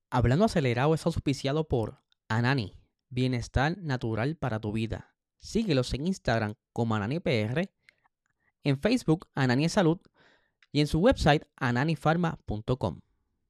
Hablando Acelerado es auspiciado por Anani, bienestar natural para tu vida. Síguelos en Instagram como AnaniPR, en Facebook Anani Salud y en su website ananifarma.com.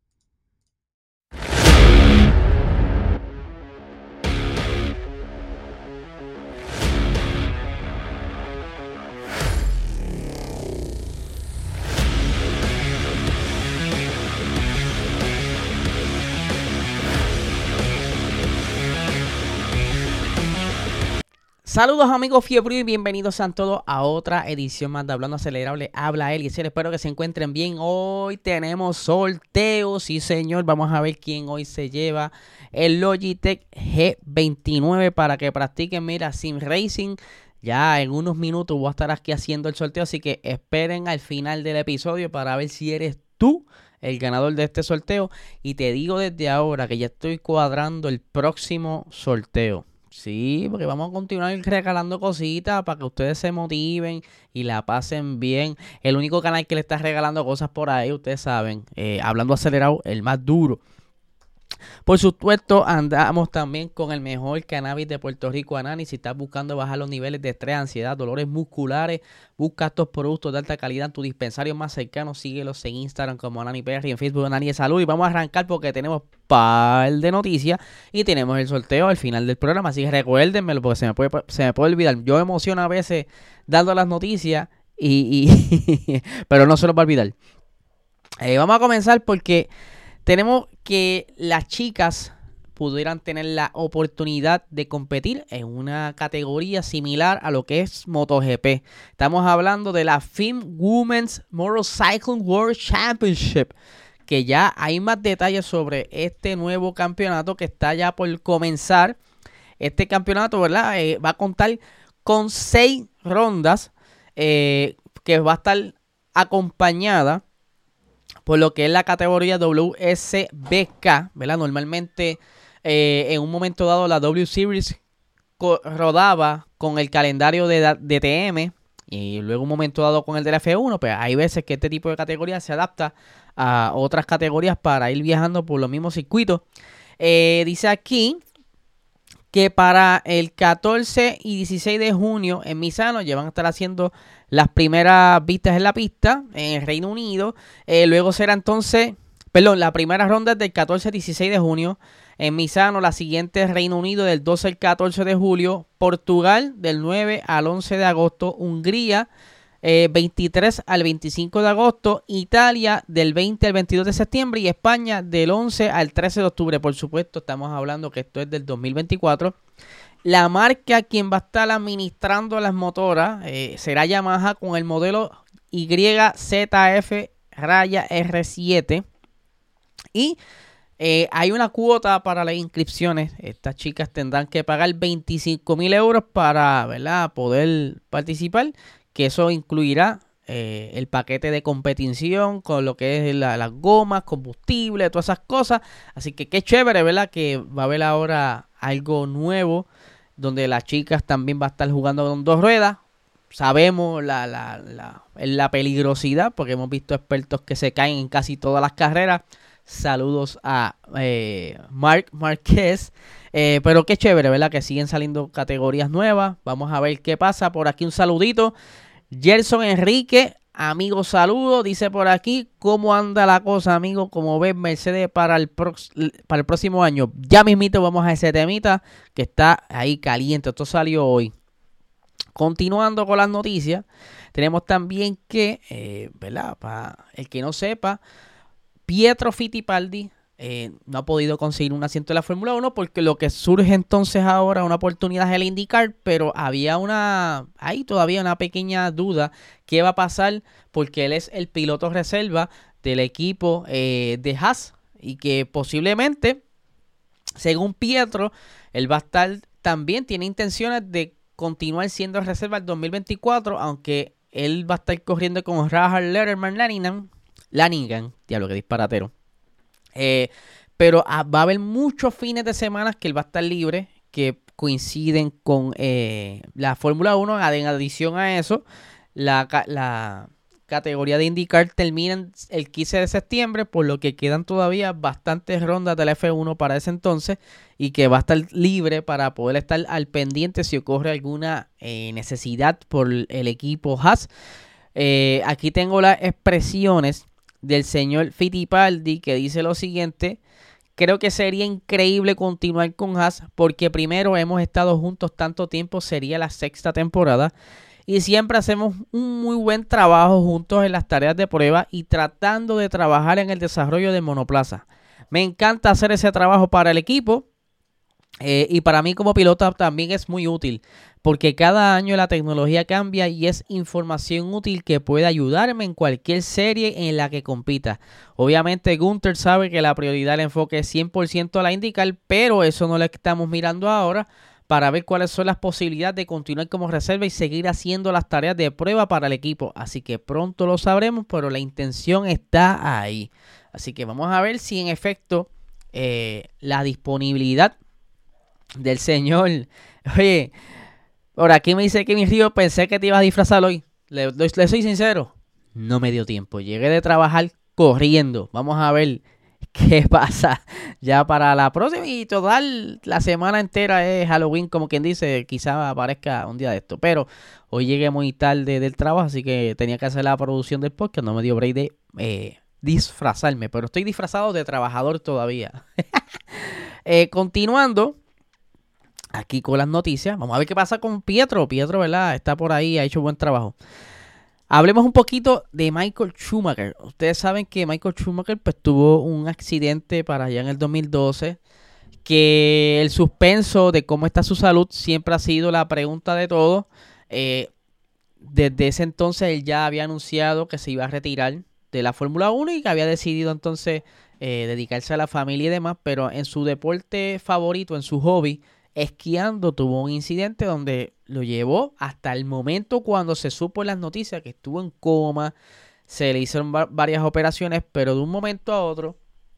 Saludos amigos Fiebre y bienvenidos a todos a otra edición más de Hablando Acelerable. Habla él y espero que se encuentren bien. Hoy tenemos sorteos, sí señor, vamos a ver quién hoy se lleva el Logitech G29 para que practiquen, mira, Sim Racing. Ya en unos minutos voy a estar aquí haciendo el sorteo, así que esperen al final del episodio para ver si eres tú el ganador de este sorteo. Y te digo desde ahora que ya estoy cuadrando el próximo sorteo. Sí, porque vamos a continuar regalando cositas para que ustedes se motiven y la pasen bien. El único canal que le está regalando cosas por ahí, ustedes saben, Hablando Acelerado, el más duro. Por supuesto, andamos también con el mejor cannabis de Puerto Rico, Anani. Si estás buscando bajar los niveles de estrés, ansiedad, dolores musculares, busca estos productos de alta calidad en tu dispensario más cercano. Síguelos en Instagram como Anani PR y en Facebook Anani Salud. Y vamos a arrancar porque tenemos par de noticias y tenemos el sorteo al final del programa. Así que recuérdenmelo porque se me puede olvidar. Yo me emociono a veces dando las noticias pero no se los va a olvidar. Vamos a comenzar porque tenemos que las chicas pudieran tener la oportunidad de competir en una categoría similar a lo que es MotoGP. Estamos hablando de la FIM Women's Motorcycling World Championship, que ya hay más detalles sobre este nuevo campeonato que está ya por comenzar. Este campeonato, ¿verdad? Va a contar con 6 rondas que va a estar acompañada por lo que es la categoría WSBK, ¿verdad? Normalmente en un momento dado la W Series rodaba con el calendario de DTM y luego un momento dado con el de la F1, pero hay veces que este tipo de categoría se adapta a otras categorías para ir viajando por los mismos circuitos. Dice aquí que para el 14 y 16 de junio en Misano ya van a estar haciendo las primeras vistas en la pista en el Reino Unido. Luego será entonces, la primera ronda es del 14 al 16 de junio en Misano, la siguiente es Reino Unido del 12 al 14 de julio, Portugal del 9 al 11 de agosto, Hungría 23 al 25 de agosto, Italia del 20 al 22 de septiembre y España del 11 al 13 de octubre. Por supuesto, estamos hablando que esto es del 2024. La marca quien va a estar administrando las motoras será Yamaha con el modelo YZF-R7 y hay una cuota para las inscripciones. Estas chicas tendrán que pagar 25,000 euros para, ¿verdad?, poder participar, que eso incluirá el paquete de competición con lo que es las gomas, combustible, todas esas cosas. Así que qué chévere, ¿verdad?, que va a haber ahora algo nuevo donde las chicas también va a estar jugando con 2 ruedas. Sabemos la peligrosidad porque hemos visto expertos que se caen en casi todas las carreras. Saludos a Marc Márquez. Pero qué chévere, ¿verdad? Que siguen saliendo categorías nuevas. Vamos a ver qué pasa. Por aquí un saludito. Gerson Enrique, amigo, saludo. Dice por aquí, ¿cómo anda la cosa, amigo? Como ves, Mercedes para el próximo año. Ya mismito vamos a ese temita que está ahí caliente. Esto salió hoy. Continuando con las noticias, tenemos también que, ¿verdad? Para el que no sepa, Pietro Fittipaldi no ha podido conseguir un asiento en la Fórmula 1 porque lo que surge entonces ahora una oportunidad es el IndyCar, pero hay todavía una pequeña duda qué va a pasar porque él es el piloto reserva del equipo de Haas y que posiblemente, según Pietro, él va a estar también, tiene intenciones de continuar siendo reserva el 2024, aunque él va a estar corriendo con Rahal Lanigan, diablo, que disparatero. Pero va a haber muchos fines de semana que él va a estar libre, que coinciden con la Fórmula 1. En adición a eso, la categoría de IndyCar terminan el 15 de septiembre, por lo que quedan todavía bastantes rondas de la F1 para ese entonces y que va a estar libre para poder estar al pendiente si ocurre alguna necesidad por el equipo Haas. Aquí tengo las expresiones del señor Fittipaldi, que dice lo siguiente: creo que sería increíble continuar con Haas porque primero hemos estado juntos tanto tiempo, sería la 6ª temporada. Y siempre hacemos un muy buen trabajo juntos en las tareas de prueba y tratando de trabajar en el desarrollo de monoplaza. Me encanta hacer ese trabajo para el equipo y para mí como piloto también es muy útil. Porque cada año la tecnología cambia y es información útil que puede ayudarme en cualquier serie en la que compita. Obviamente Gunther sabe que la prioridad del enfoque es 100% a la IndyCar, pero eso no lo estamos mirando ahora, para ver cuáles son las posibilidades de continuar como reserva y seguir haciendo las tareas de prueba para el equipo. Así que pronto lo sabremos, pero la intención está ahí. Así que vamos a ver si en efecto la disponibilidad del señor... Oye, por aquí me dice que mi Río, pensé que te ibas a disfrazar hoy. Le soy sincero, no me dio tiempo. Llegué de trabajar corriendo. Vamos a ver qué pasa ya para la próxima. Y total, la semana entera es Halloween, como quien dice. Quizá aparezca un día de esto. Pero hoy llegué muy tarde del trabajo, así que tenía que hacer la producción del podcast. No me dio break de disfrazarme. Pero estoy disfrazado de trabajador todavía. Continuando aquí con las noticias. Vamos a ver qué pasa con Pietro. Pietro, ¿verdad? Está por ahí, ha hecho buen trabajo. Hablemos un poquito de Michael Schumacher. Ustedes saben que Michael Schumacher pues, tuvo un accidente para allá en el 2012. Que el suspenso de cómo está su salud siempre ha sido la pregunta de todos. Desde ese entonces él ya había anunciado que se iba a retirar de la Fórmula 1 y que había decidido entonces dedicarse a la familia y demás. Pero en su deporte favorito, en su hobby, esquiando, tuvo un incidente donde lo llevó hasta el momento cuando se supo en las noticias que estuvo en coma. Se le hicieron varias operaciones, pero de un momento a otro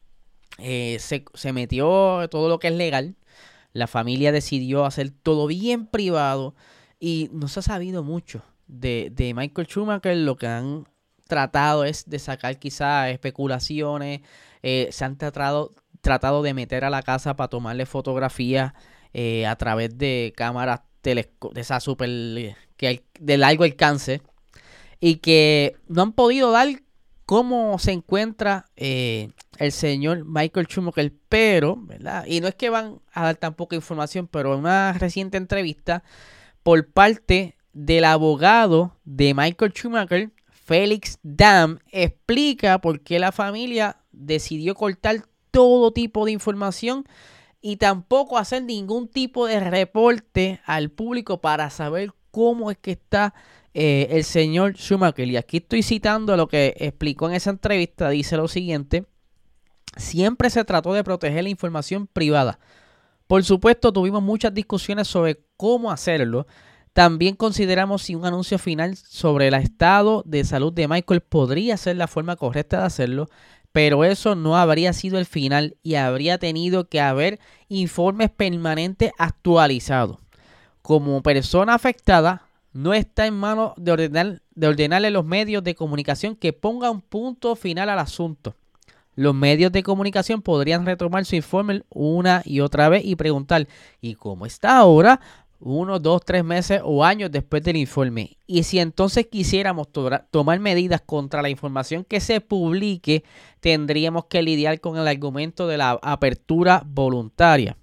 se metió todo lo que es legal. La familia decidió hacer todo bien privado y no se ha sabido mucho de Michael Schumacher. Lo que han tratado es de sacar quizás especulaciones. Se han tratado de meter a la casa para tomarle fotografías a través de cámaras de esa super de largo alcance, y que no han podido dar cómo se encuentra el señor Michael Schumacher, pero, ¿verdad? Y no es que van a dar tan poca información, pero en una reciente entrevista por parte del abogado de Michael Schumacher, Felix Dam, explica por qué la familia decidió cortar todo tipo de información y tampoco hacer ningún tipo de reporte al público para saber cómo es que está el señor Schumacher. Y aquí estoy citando lo que explicó en esa entrevista. Dice lo siguiente: siempre se trató de proteger la información privada. Por supuesto, tuvimos muchas discusiones sobre cómo hacerlo. También consideramos si un anuncio final sobre el estado de salud de Michael podría ser la forma correcta de hacerlo. Pero eso no habría sido el final y habría tenido que haber informes permanentes actualizados. Como persona afectada, no está en manos de ordenarle a los medios de comunicación que pongan punto final al asunto. Los medios de comunicación podrían retomar su informe una y otra vez y preguntar: ¿y cómo está ahora? 1, 2, 3 meses o años después del informe. Y si entonces quisiéramos tomar medidas contra la información que se publique, tendríamos que lidiar con el argumento de la apertura voluntaria.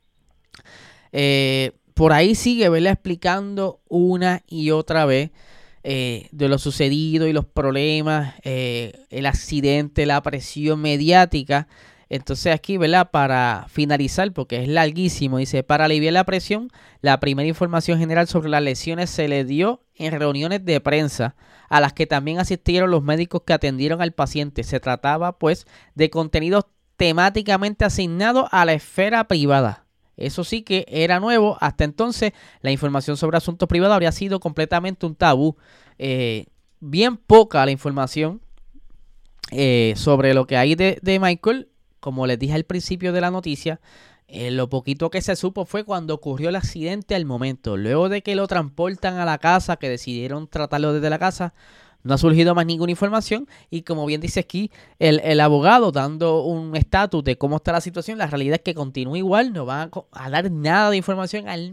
Por ahí sigue, ¿verdad?, explicando una y otra vez de lo sucedido y los problemas, el accidente, la presión mediática. Entonces aquí, ¿verdad?, para finalizar, porque es larguísimo, dice: para aliviar la presión, la primera información general sobre las lesiones se le dio en reuniones de prensa, a las que también asistieron los médicos que atendieron al paciente. Se trataba, pues, de contenidos temáticamente asignados a la esfera privada. Eso sí que era nuevo. Hasta entonces, la información sobre asuntos privados habría sido completamente un tabú. Bien poca la información sobre lo que hay de Michael. Como les dije al principio de la noticia, lo poquito que se supo fue cuando ocurrió el accidente al momento. Luego de que lo transportan a la casa, que decidieron tratarlo desde la casa, No ha surgido más ninguna información y como bien dice aquí el abogado dando un estatus de cómo está la situación, la realidad es que continúa igual, no van a dar nada de información, al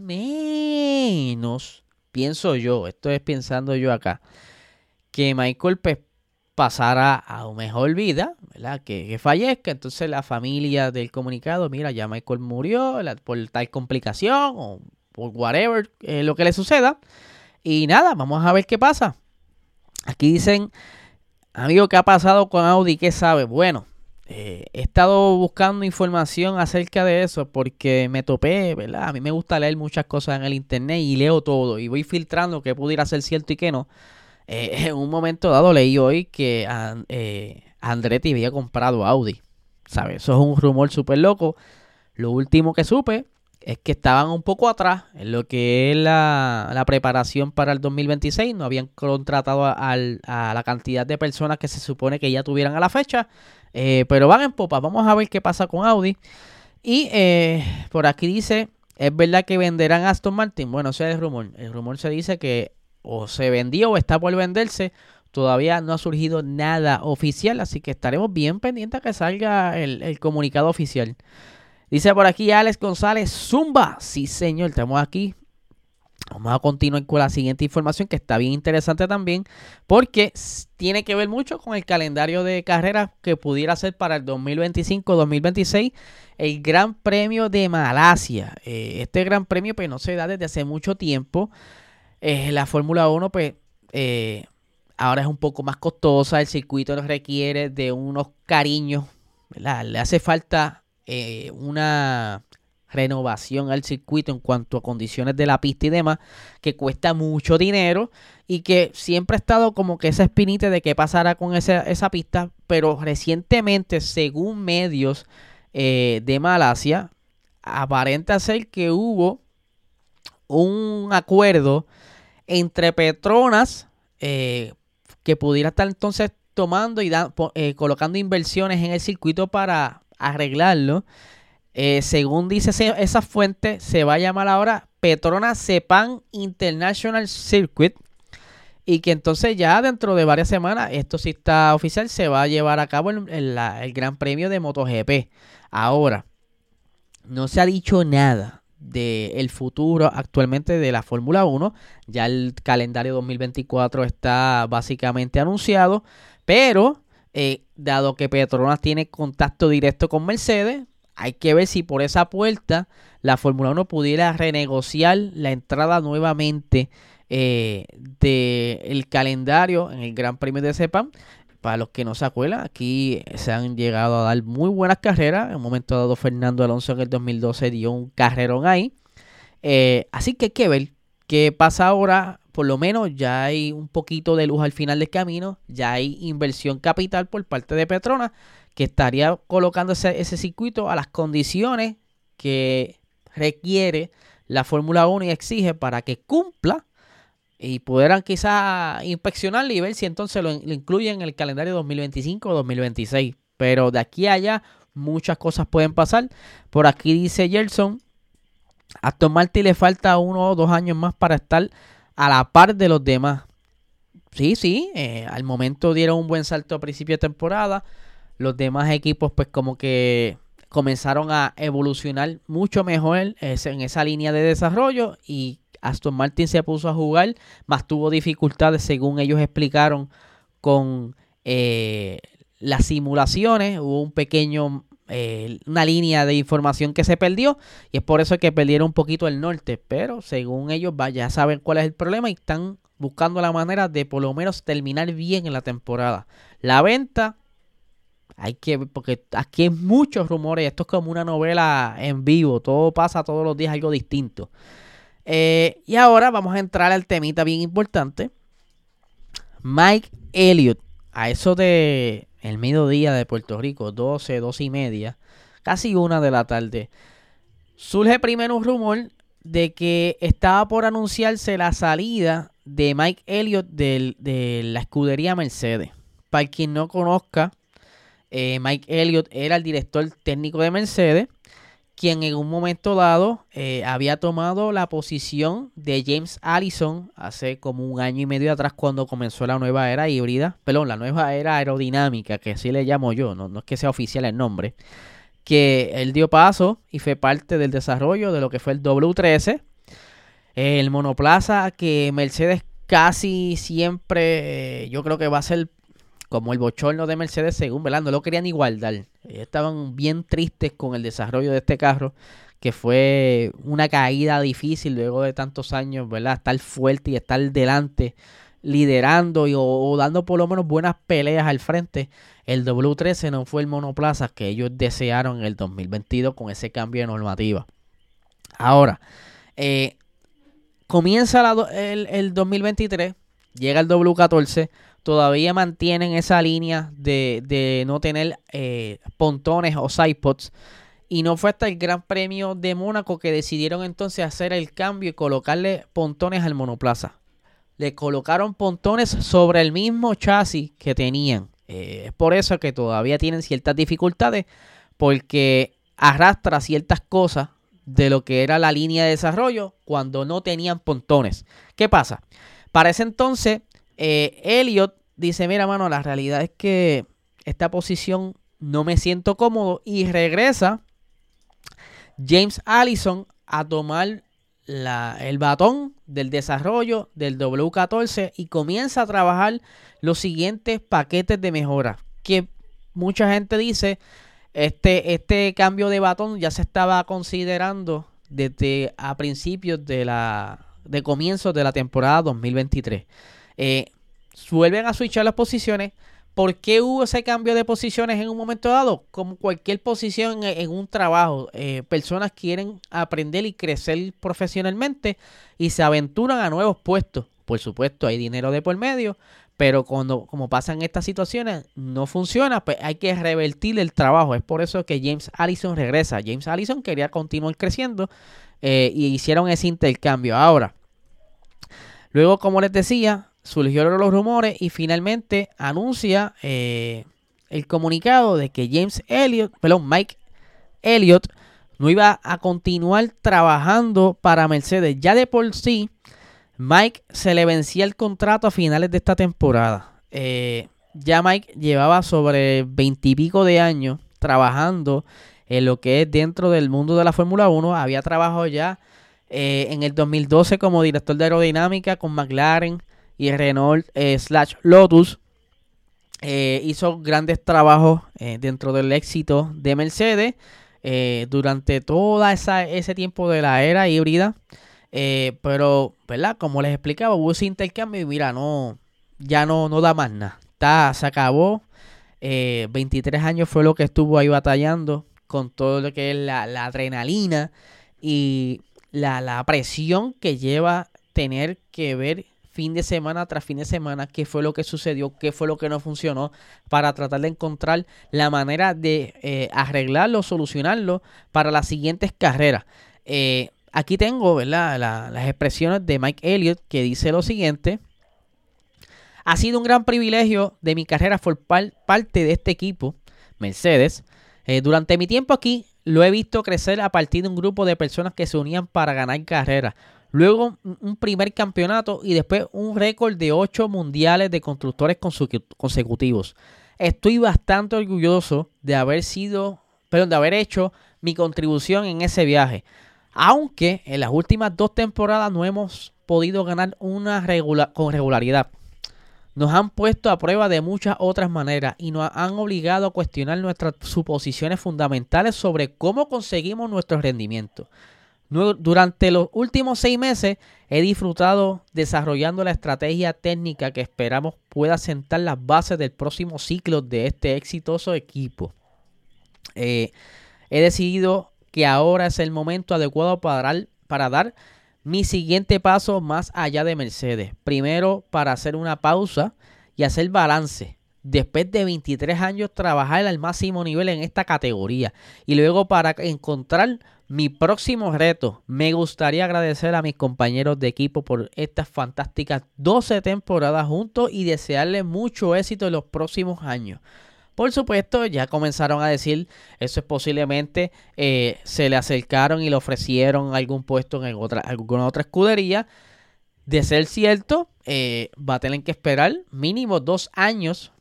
menos, pienso yo, esto es pensando yo acá, que Michael pues, pasara a una mejor vida, ¿verdad? Que fallezca, entonces la familia del comunicado, mira, ya Michael murió por tal complicación o por whatever, lo que le suceda, y nada, vamos a ver qué pasa. Aquí dicen, amigo, ¿qué ha pasado con Audi? ¿Qué sabe? Bueno, he estado buscando información acerca de eso porque me topé, ¿verdad? A mí me gusta leer muchas cosas en el internet y leo todo y voy filtrando qué pudiera ser cierto y qué no. En un momento dado leí hoy que Andretti había comprado Audi, ¿sabes? Eso es un rumor súper loco. Lo último que supe es que estaban un poco atrás en lo que es la preparación para el 2026. No habían contratado a la cantidad de personas que se supone que ya tuvieran a la fecha. Pero van en popa. Vamos a ver qué pasa con Audi. Y por aquí dice, ¿es verdad que venderán Aston Martin? Bueno, ese es el rumor. El rumor se dice que o se vendió o está por venderse. Todavía no ha surgido nada oficial. Así que estaremos bien pendientes a que salga el comunicado oficial. Dice por aquí Alex González, Zumba. Sí, señor, estamos aquí. Vamos a continuar con la siguiente información que está bien interesante también porque tiene que ver mucho con el calendario de carreras que pudiera ser para el 2025-2026, el Gran Premio de Malasia. Este Gran Premio pues no se da desde hace mucho tiempo. La Fórmula 1 pues ahora es un poco más costosa, el circuito requiere de unos cariños, ¿verdad? Le hace falta una renovación al circuito en cuanto a condiciones de la pista y demás, que cuesta mucho dinero y que siempre ha estado como que esa espinita de qué pasará con esa pista, pero recientemente, según medios de Malasia, aparenta ser que hubo un acuerdo entre Petronas que pudiera estar entonces tomando y colocando inversiones en el circuito para arreglarlo. Según dice esa fuente, se va a llamar ahora Petronas Sepang International Circuit y que entonces ya dentro de varias semanas, esto sí está oficial, se va a llevar a cabo el Gran Premio de MotoGP. Ahora, no se ha dicho nada del futuro actualmente de la Fórmula 1, ya el calendario 2024 está básicamente anunciado, pero dado que Petronas tiene contacto directo con Mercedes, hay que ver si por esa puerta la Fórmula 1 pudiera renegociar la entrada nuevamente del calendario en el Gran Premio de Sepang. Para los que no se acuerdan, aquí se han llegado a dar muy buenas carreras. En un momento dado, Fernando Alonso en el 2012 dio un carrerón ahí. Así que hay que ver qué pasa ahora. Por lo menos ya hay un poquito de luz al final del camino. Ya hay inversión capital por parte de Petronas, que estaría colocando ese circuito a las condiciones que requiere la Fórmula 1 y exige para que cumpla y pudieran quizás inspeccionarlo y ver si entonces lo incluyen en el calendario 2025 o 2026. Pero de aquí a allá muchas cosas pueden pasar. Por aquí dice Gerson, a Aston Martin le falta 1 o 2 años más para estar a la par de los demás. Sí, al momento dieron un buen salto a principio de temporada. Los demás equipos pues como que comenzaron a evolucionar mucho mejor en esa línea de desarrollo y Aston Martin se puso a jugar, más tuvo dificultades según ellos explicaron con las simulaciones. Hubo un pequeño, una línea de información que se perdió y es por eso que perdieron un poquito el norte, pero según ellos ya saben cuál es el problema y están buscando la manera de por lo menos terminar bien en la temporada. La venta, hay que ver, porque aquí hay muchos rumores, esto es como una novela en vivo, todo pasa todos los días algo distinto. Y ahora vamos a entrar al temita bien importante. Mike Elliott, a eso de el mediodía de Puerto Rico, 12 y media, casi 1 de la tarde, surge primero un rumor de que estaba por anunciarse la salida de Mike Elliott de la escudería Mercedes. Para quien no conozca, Mike Elliott era el director técnico de Mercedes, quien en un momento dado había tomado la posición de James Allison hace como un año y medio atrás cuando comenzó la nueva era híbrida, perdón, la nueva era aerodinámica, que así le llamo yo, no es que sea oficial el nombre, que él dio paso y fue parte del desarrollo de lo que fue el W13, el monoplaza que Mercedes casi siempre, yo creo que va a ser como el bochorno de Mercedes según, ¿verdad? No lo querían igualar. Estaban bien tristes con el desarrollo de este carro, que fue una caída difícil luego de tantos años, ¿verdad? Estar fuerte y estar delante, liderando o dando por lo menos buenas peleas al frente. El W13 no fue el monoplaza que ellos desearon en el 2022 con ese cambio de normativa. Ahora, comienza el 2023, llega el W14, todavía mantienen esa línea de no tener pontones o sidepods. Y no fue hasta el Gran Premio de Mónaco que decidieron entonces hacer el cambio y colocarle pontones al monoplaza. Le colocaron pontones sobre el mismo chasis que tenían. Es por eso que todavía tienen ciertas dificultades, porque arrastra ciertas cosas de lo que era la línea de desarrollo cuando no tenían pontones. ¿Qué pasa? Para ese entonces, Elliott dice, mira, mano, la realidad es que esta posición no me siento cómodo, y regresa James Allison a tomar el batón del desarrollo del W14 y comienza a trabajar los siguientes paquetes de mejora, que mucha gente dice, este cambio de batón ya se estaba considerando desde a principios de comienzos de la temporada 2023. Vuelven a switchar las posiciones. ¿Por qué hubo ese cambio de posiciones en un momento dado? Como cualquier posición en un trabajo, personas quieren aprender y crecer profesionalmente y se aventuran a nuevos puestos. Por supuesto, hay dinero de por medio, pero como pasan estas situaciones, no funciona, pues hay que revertir el trabajo. Es por eso que James Allison regresa. James Allison quería continuar creciendo y hicieron ese intercambio. Ahora, luego, como les decía, surgieron los rumores y finalmente anuncia el comunicado de que Mike Elliott no iba a continuar trabajando para Mercedes. Ya de por sí, Mike se le vencía el contrato a finales de esta temporada. Ya Mike llevaba sobre 20 y pico de años trabajando en lo que es dentro del mundo de la Fórmula 1. Había trabajado ya en el 2012 como director de aerodinámica con McLaren y Renault /Lotus. Hizo grandes trabajos dentro del éxito de Mercedes durante todo ese tiempo de la era híbrida. Pero, ¿verdad? Como les explicaba, hubo ese intercambio y mira, ya no da más nada. Se acabó. 23 años fue lo que estuvo ahí batallando con todo lo que es la adrenalina y la presión que lleva tener que ver fin de semana tras fin de semana qué fue lo que sucedió, qué fue lo que no funcionó, para tratar de encontrar la manera de arreglarlo, solucionarlo para las siguientes carreras. Aquí tengo, ¿verdad?, las expresiones de Mike Elliott, que dice lo siguiente: ha sido un gran privilegio de mi carrera formar parte de este equipo, Mercedes. Durante mi tiempo aquí lo he visto crecer a partir de un grupo de personas que se unían para ganar carreras. Luego un primer campeonato y después un récord de 8 mundiales de constructores consecutivos. Estoy bastante orgulloso de haber hecho mi contribución en ese viaje. Aunque en las últimas 2 temporadas no hemos podido ganar con regularidad. Nos han puesto a prueba de muchas otras maneras y nos han obligado a cuestionar nuestras suposiciones fundamentales sobre cómo conseguimos nuestro rendimiento. Durante los últimos 6 meses he disfrutado desarrollando la estrategia técnica que esperamos pueda sentar las bases del próximo ciclo de este exitoso equipo. He decidido que ahora es el momento adecuado para dar mi siguiente paso más allá de Mercedes. Primero, para hacer una pausa y hacer balance. Después de 23 años trabajar al máximo nivel en esta categoría. Y luego para encontrar mi próximo reto. Me gustaría agradecer a mis compañeros de equipo por estas fantásticas 12 temporadas juntos y desearles mucho éxito en los próximos años. Por supuesto, ya comenzaron a decir, eso es posiblemente, se le acercaron y le ofrecieron algún puesto en alguna otra escudería. De ser cierto, va a tener que esperar mínimo 2 años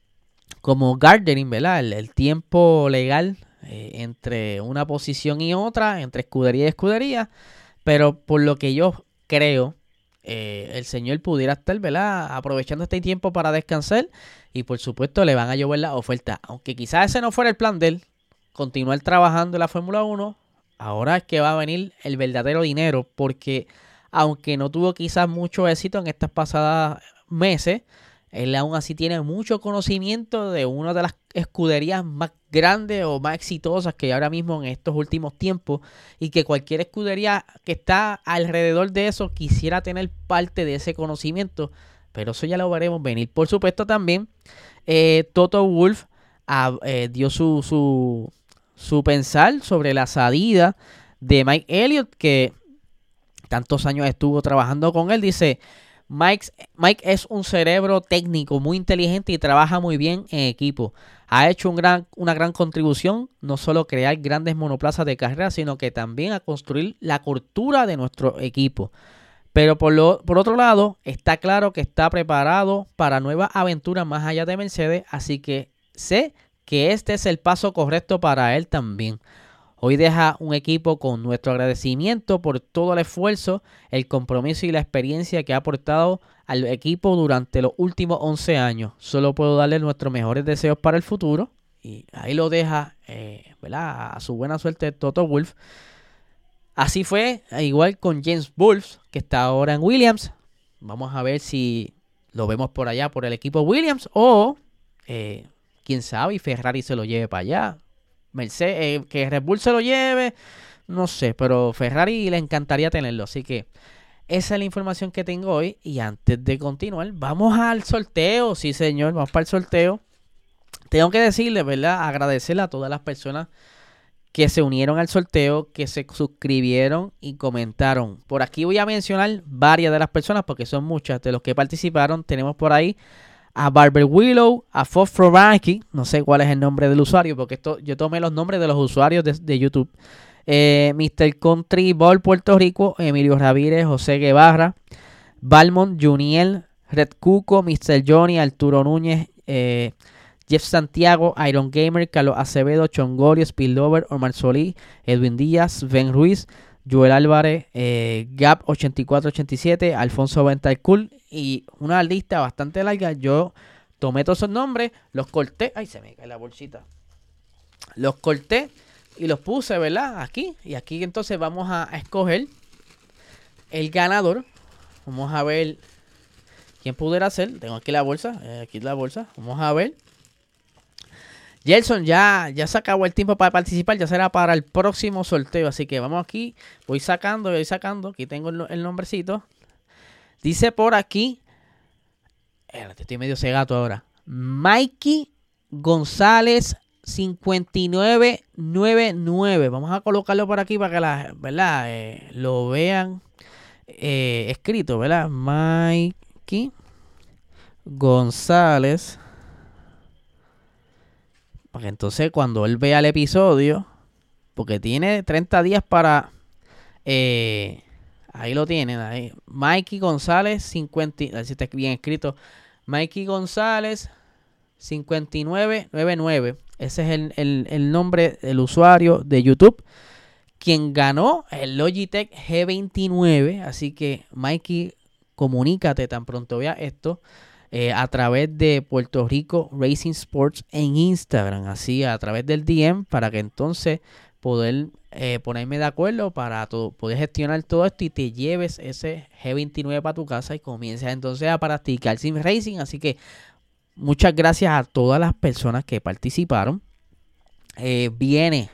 como gardening, ¿verdad? El tiempo legal entre una posición y otra, entre escudería y escudería. Pero por lo que yo creo, el señor pudiera estar, ¿verdad?, aprovechando este tiempo para descansar. Y por supuesto le van a llover la oferta. Aunque quizás ese no fuera el plan de él, continuar trabajando en la Fórmula 1. Ahora es que va a venir el verdadero dinero. Porque aunque no tuvo quizás mucho éxito en estas pasadas meses, él aún así tiene mucho conocimiento de una de las escuderías más grandes o más exitosas que hay ahora mismo en estos últimos tiempos, y que cualquier escudería que está alrededor de eso quisiera tener parte de ese conocimiento, pero eso ya lo veremos venir. Por supuesto también Toto Wolff dio su pensar sobre la salida de Mike Elliott, que tantos años estuvo trabajando con él. Dice: Mike es un cerebro técnico muy inteligente y trabaja muy bien en equipo. Ha hecho una gran contribución, no solo a crear grandes monoplazas de carrera, sino que también a construir la cultura de nuestro equipo. Pero por otro lado, está claro que está preparado para nuevas aventuras más allá de Mercedes, así que sé que este es el paso correcto para él también. Hoy deja un equipo con nuestro agradecimiento por todo el esfuerzo, el compromiso y la experiencia que ha aportado al equipo durante los últimos 11 años. Solo puedo darle nuestros mejores deseos para el futuro. Y ahí lo deja, ¿verdad?, a su buena suerte Toto Wolff. Así fue, igual con James Wolff, que está ahora en Williams. Vamos a ver si lo vemos por allá, por el equipo Williams, o quién sabe, y Ferrari se lo lleve para allá. Mercedes, que Red Bull se lo lleve, no sé, pero Ferrari le encantaría tenerlo. Así que esa es la información que tengo hoy. Y antes de continuar, vamos al sorteo. Sí, señor, vamos para el sorteo. Tengo que decirle, ¿verdad?, agradecerle a todas las personas que se unieron al sorteo, que se suscribieron y comentaron. Por aquí voy a mencionar varias de las personas, porque son muchas de los que participaron. Tenemos por ahí a Barber Willow, a Fosfrobanky, no sé cuál es el nombre del usuario, porque yo tomé los nombres de los usuarios de YouTube. Mr. Country Ball Puerto Rico, Emilio Ramírez, José Guevara, Balmont, Juniel, Red Cuco, Mr. Johnny, Arturo Núñez, Jeff Santiago, Iron Gamer, Carlos Acevedo, Chongorio, Spillover, Omar Solí, Edwin Díaz, Ben Ruiz, Joel Álvarez, Gap 8487, Alfonso Ventalcool, y una lista bastante larga. Yo tomé todos esos nombres, los corté. Ay, se me cae la bolsita. Los corté y los puse, ¿verdad?, aquí. Y aquí entonces vamos a escoger el ganador. Vamos a ver quién pudiera ser. Tengo aquí la bolsa. Vamos a ver. Gelson, ya se acabó el tiempo para participar. Ya será para el próximo sorteo. Así que vamos aquí. Voy sacando. Aquí tengo el nombrecito. Dice por aquí. Estoy medio cegato ahora. Mikey González 5999. Vamos a colocarlo por aquí para que lo vean escrito, ¿verdad? Mikey González. Para que entonces cuando él vea el episodio, porque tiene 30 días para... ahí lo tienen, ahí. Mikey González 50... A ver si está bien escrito. Mikey González 5999. Ese es el nombre del usuario de YouTube, quien ganó el Logitech G29. Así que, Mikey, comunícate tan pronto vea esto a través de Puerto Rico Racing Sports en Instagram. Así, a través del DM, para que entonces poder ponerme de acuerdo para poder gestionar todo esto y te lleves ese G29 para tu casa y comiences entonces a practicar sim racing. Así que muchas gracias a todas las personas que participaron. Viene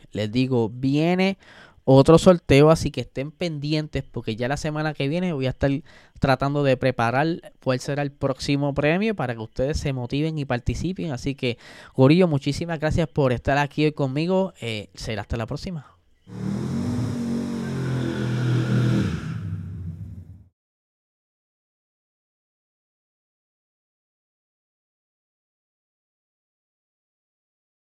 otro sorteo, así que estén pendientes, porque ya la semana que viene voy a estar tratando de preparar cuál será el próximo premio para que ustedes se motiven y participen. Así que, Corillo, muchísimas gracias por estar aquí hoy conmigo. Será hasta la próxima.